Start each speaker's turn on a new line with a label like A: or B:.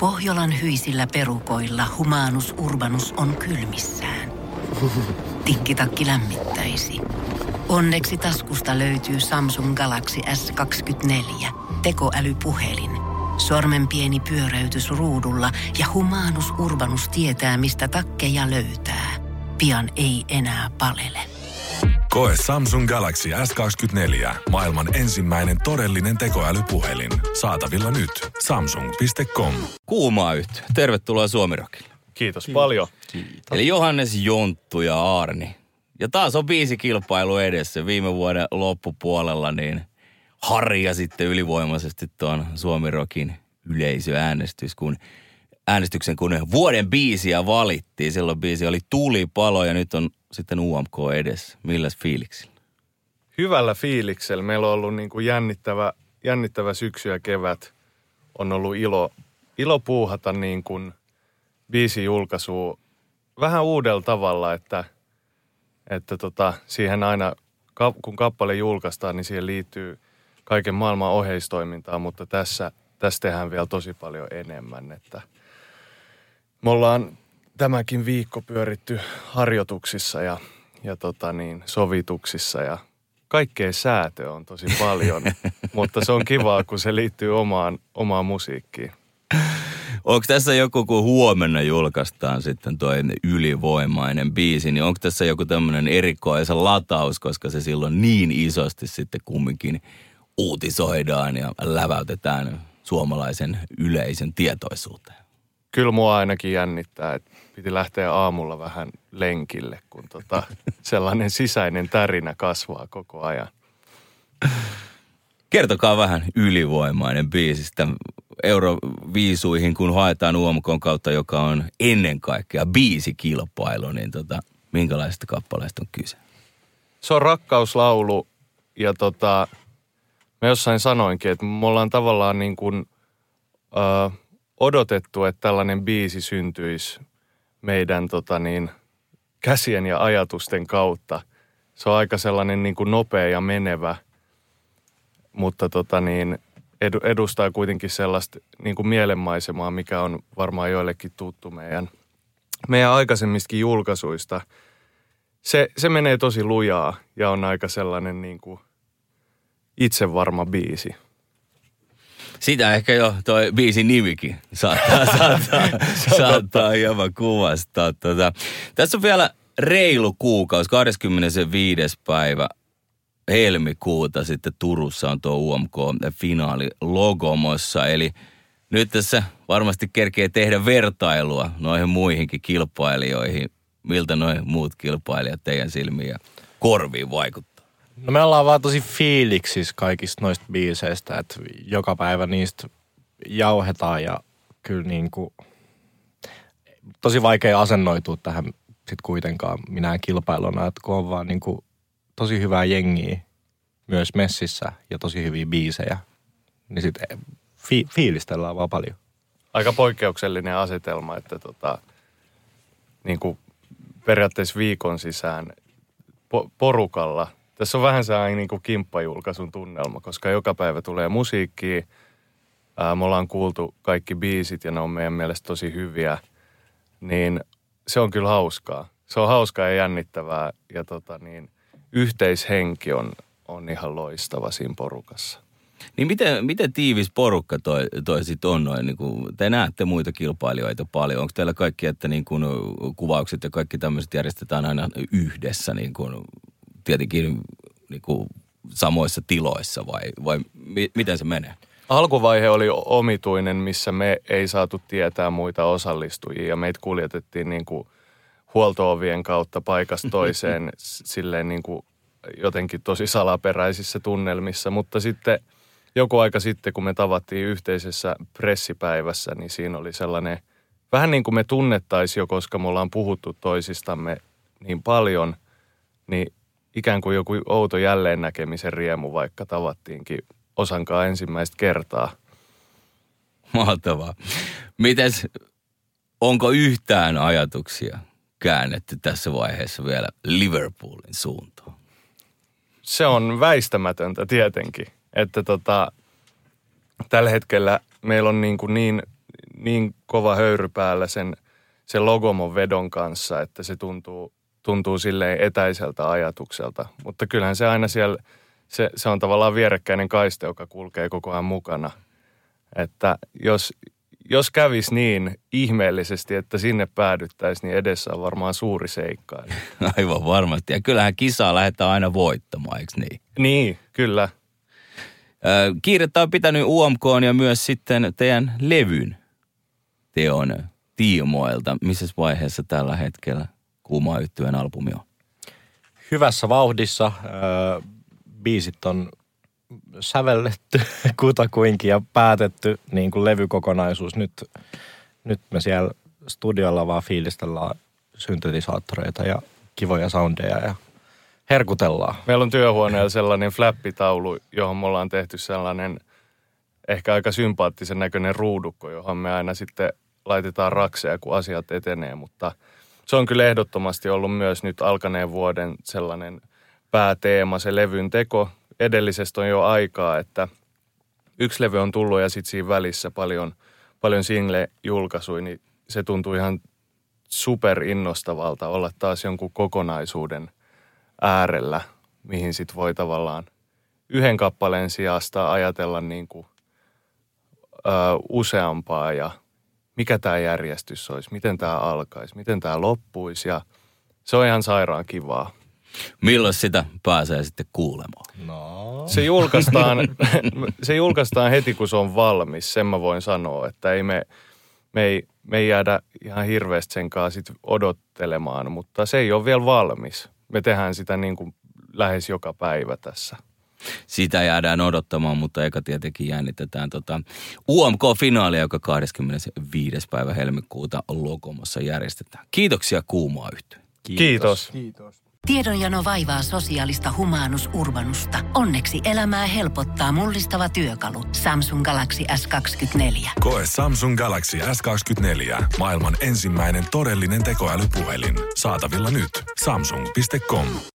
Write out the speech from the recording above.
A: Pohjolan hyisillä perukoilla Humanus Urbanus on kylmissään. Tikkitakki lämmittäisi. Onneksi taskusta löytyy Samsung Galaxy S24, tekoälypuhelin. Sormen pieni pyöräytys ruudulla ja Humanus Urbanus tietää, mistä takkeja löytää. Pian ei enää palele.
B: Koe Samsung Galaxy S24. Maailman ensimmäinen todellinen tekoälypuhelin. Saatavilla nyt. Samsung.com.
C: Kuumaa yhtyä. Tervetuloa Suomi-Rockille.
D: Kiitos paljon.
C: Kiitos. Eli Johannes, Jonttu ja Arni. Ja taas on biisikilpailu edessä. Viime vuoden loppupuolella niin harja sitten ylivoimaisesti tuon Suomi-Rockin yleisöäänestyksen, kun vuoden biisiä valittiin. Silloin biisi oli Tulipalo ja nyt on sitten UMK edessä. Milläs fiiliksillä?
D: Hyvällä fiiliksellä. Meillä on ollut niin kuin jännittävä syksy ja kevät. On ollut ilo puuhata niin kuin biisin julkaisua vähän uudella tavalla, että siihen aina, kun kappale julkaistaan, niin siihen liittyy kaiken maailman oheistoimintaa, mutta tässä tehdään vielä tosi paljon enemmän. Että me ollaan tämäkin viikko pyöritty harjoituksissa ja sovituksissa ja kaikkea säätöä on tosi paljon, mutta se on kivaa, kun se liittyy omaan musiikkiin.
C: Onko tässä joku, kun huomenna julkaistaan sitten toi ylivoimainen biisi, niin onko tässä joku tämmöinen erikoisen lataus, koska se silloin niin isosti sitten kumminkin uutisoidaan ja läväytetään suomalaisen yleisen tietoisuuteen?
D: Kyllä mua ainakin jännittää, että piti lähteä aamulla vähän lenkille, kun sellainen sisäinen tärinä kasvaa koko ajan.
C: Kertokaa vähän ylivoimainen biisistä. Euroviisuihin, kun haetaan UMK:n kautta, joka on ennen kaikkea biisikilpailu, niin minkälaisesta kappaleesta on kyse?
D: Se on rakkauslaulu ja mä jossain sanoinkin, että me ollaan tavallaan niin kuin odotettu, että tällainen biisi syntyisi meidän käsien ja ajatusten kautta. Se on aika sellainen niin kuin nopea ja menevä, mutta edustaa kuitenkin sellaista niin kuin mielenmaisemaa, mikä on varmaan joillekin tuttu meidän aikaisemmistakin julkaisuista. Se menee tosi lujaa ja on aika sellainen niin kuin itsevarma biisi.
C: Sitä ehkä jo toi biisin nimikin saattaa hieman kuvastaa. Tässä on vielä reilu kuukausi, 25. päivä helmikuuta sitten Turussa on tuo UMK-finaali Logomossa. Eli nyt tässä varmasti kerkee tehdä vertailua noihin muihinkin kilpailijoihin. Miltä noi muut kilpailijat teidän silmiin ja korviin vaikuttaa?
E: No me ollaan vaan tosi fiiliksissä kaikista noista biiseistä, että joka päivä niistä jauhetaan ja kyllä niin kuin tosi vaikea asennoitua tähän sit kuitenkaan minä kilpailuna, että kun on vaan niin kuin tosi hyvää jengiä myös messissä ja tosi hyviä biisejä, niin sitten fiilistellään vaan paljon.
D: Aika poikkeuksellinen asetelma, että niin kuin periaatteessa viikon sisään porukalla. Tässä on vähän sellainen niin kuin kimppajulkaisun tunnelma, koska joka päivä tulee musiikkia. Me ollaan kuultu kaikki biisit ja ne on meidän mielestä tosi hyviä. Niin se on kyllä hauskaa. Se on hauskaa ja jännittävää ja yhteishenki on ihan loistava siinä porukassa.
C: Niin miten tiivis porukka toi sit on noin? Niin kuin, te näette muita kilpailijoita paljon. Onko teillä kaikki, että niin kuin kuvaukset ja kaikki tämmöiset järjestetään aina yhdessä, niin kuin, tietenkin niin kuin samoissa tiloissa vai miten se menee?
D: Alkuvaihe oli omituinen, missä me ei saatu tietää muita osallistujia ja meitä kuljetettiin niin kuin huolto-ovien kautta paikasta toiseen silleen niin kuin jotenkin tosi salaperäisissä tunnelmissa, mutta sitten joku aika sitten, kun me tavattiin yhteisessä pressipäivässä, niin siinä oli sellainen, vähän niin kuin me tunnettaisiin jo, koska me ollaan puhuttu toisistamme niin paljon, niin ikään kuin joku outo jälleen näkemisen riemu, vaikka tavattiinkin osankaan ensimmäistä kertaa.
C: Mahtavaa. Mites, onko yhtään ajatuksia käännetty tässä vaiheessa vielä Liverpoolin suuntaan?
D: Se on väistämätöntä tietenkin, että tällä hetkellä meillä on niin niin kova höyry päällä sen Logomon vedon kanssa, että se tuntuu silleen etäiseltä ajatukselta. Mutta kyllähän se aina siellä, se on tavallaan vierekkäinen kaiste, joka kulkee koko ajan mukana. Että jos kävisi niin ihmeellisesti, että sinne päädyttäisiin, niin edessä on varmaan suuri seikkailu.
C: Aivan varmasti. Ja kyllähän kisaa lähdetään aina voittamaan, eikö niin?
D: Niin, kyllä.
C: Kiirettä on pitänyt UMK:n ja myös sitten teidän levyn teon tiimoilta. Missä vaiheessa tällä hetkellä Kuuma Yhtyeen albumi on? Hyvässä
E: vauhdissa. Biisit on sävelletty kutakuinkin ja päätetty niin kuin levykokonaisuus. Nyt me siellä studiolla vaan fiilistellään syntetisaattoreita ja kivoja soundeja ja herkutellaan.
D: Meillä on työhuoneella sellainen flappitaulu, johon me ollaan tehty sellainen ehkä aika sympaattisen näköinen ruudukko, johon me aina sitten laitetaan rakseja, kun asiat etenee. Mutta se on kyllä ehdottomasti ollut myös nyt alkaneen vuoden sellainen pääteema, se levyn teko. Edellisestä on jo aikaa, että yksi levy on tullut ja sitten siinä välissä paljon single-julkaisuja, niin se tuntuu ihan super innostavalta olla taas jonkun kokonaisuuden äärellä, mihin sitten voi tavallaan yhden kappaleen sijasta ajatella niin kuin, useampaa ja mikä tämä järjestys olisi, miten tämä alkaisi, miten tämä loppuisi ja se on ihan sairaan kivaa.
C: Milloin sitä pääsee sitten kuulemaan?
D: No. Se julkaistaan heti, kun se on valmis. Sen mä voin sanoa, että me ei jäädä ihan hirveästi sen kanssa sit odottelemaan, mutta se ei ole vielä valmis. Me tehdään sitä niin kuin lähes joka päivä tässä.
C: Sitä jäädään odottamaan, mutta eka tietenkin jännitetään UMK-finaalia, joka 25. päivä helmikuuta Logomossa järjestetään. Kiitoksia Kuumaa Yhtye.
D: Kiitos.
A: Tiedonjano vaivaa sosiaalista humanus urbanusta. Onneksi elämää helpottaa mullistava työkalu. Samsung Galaxy S24.
B: Koe Samsung Galaxy S24. Maailman ensimmäinen todellinen tekoälypuhelin. Saatavilla nyt. Samsung.com.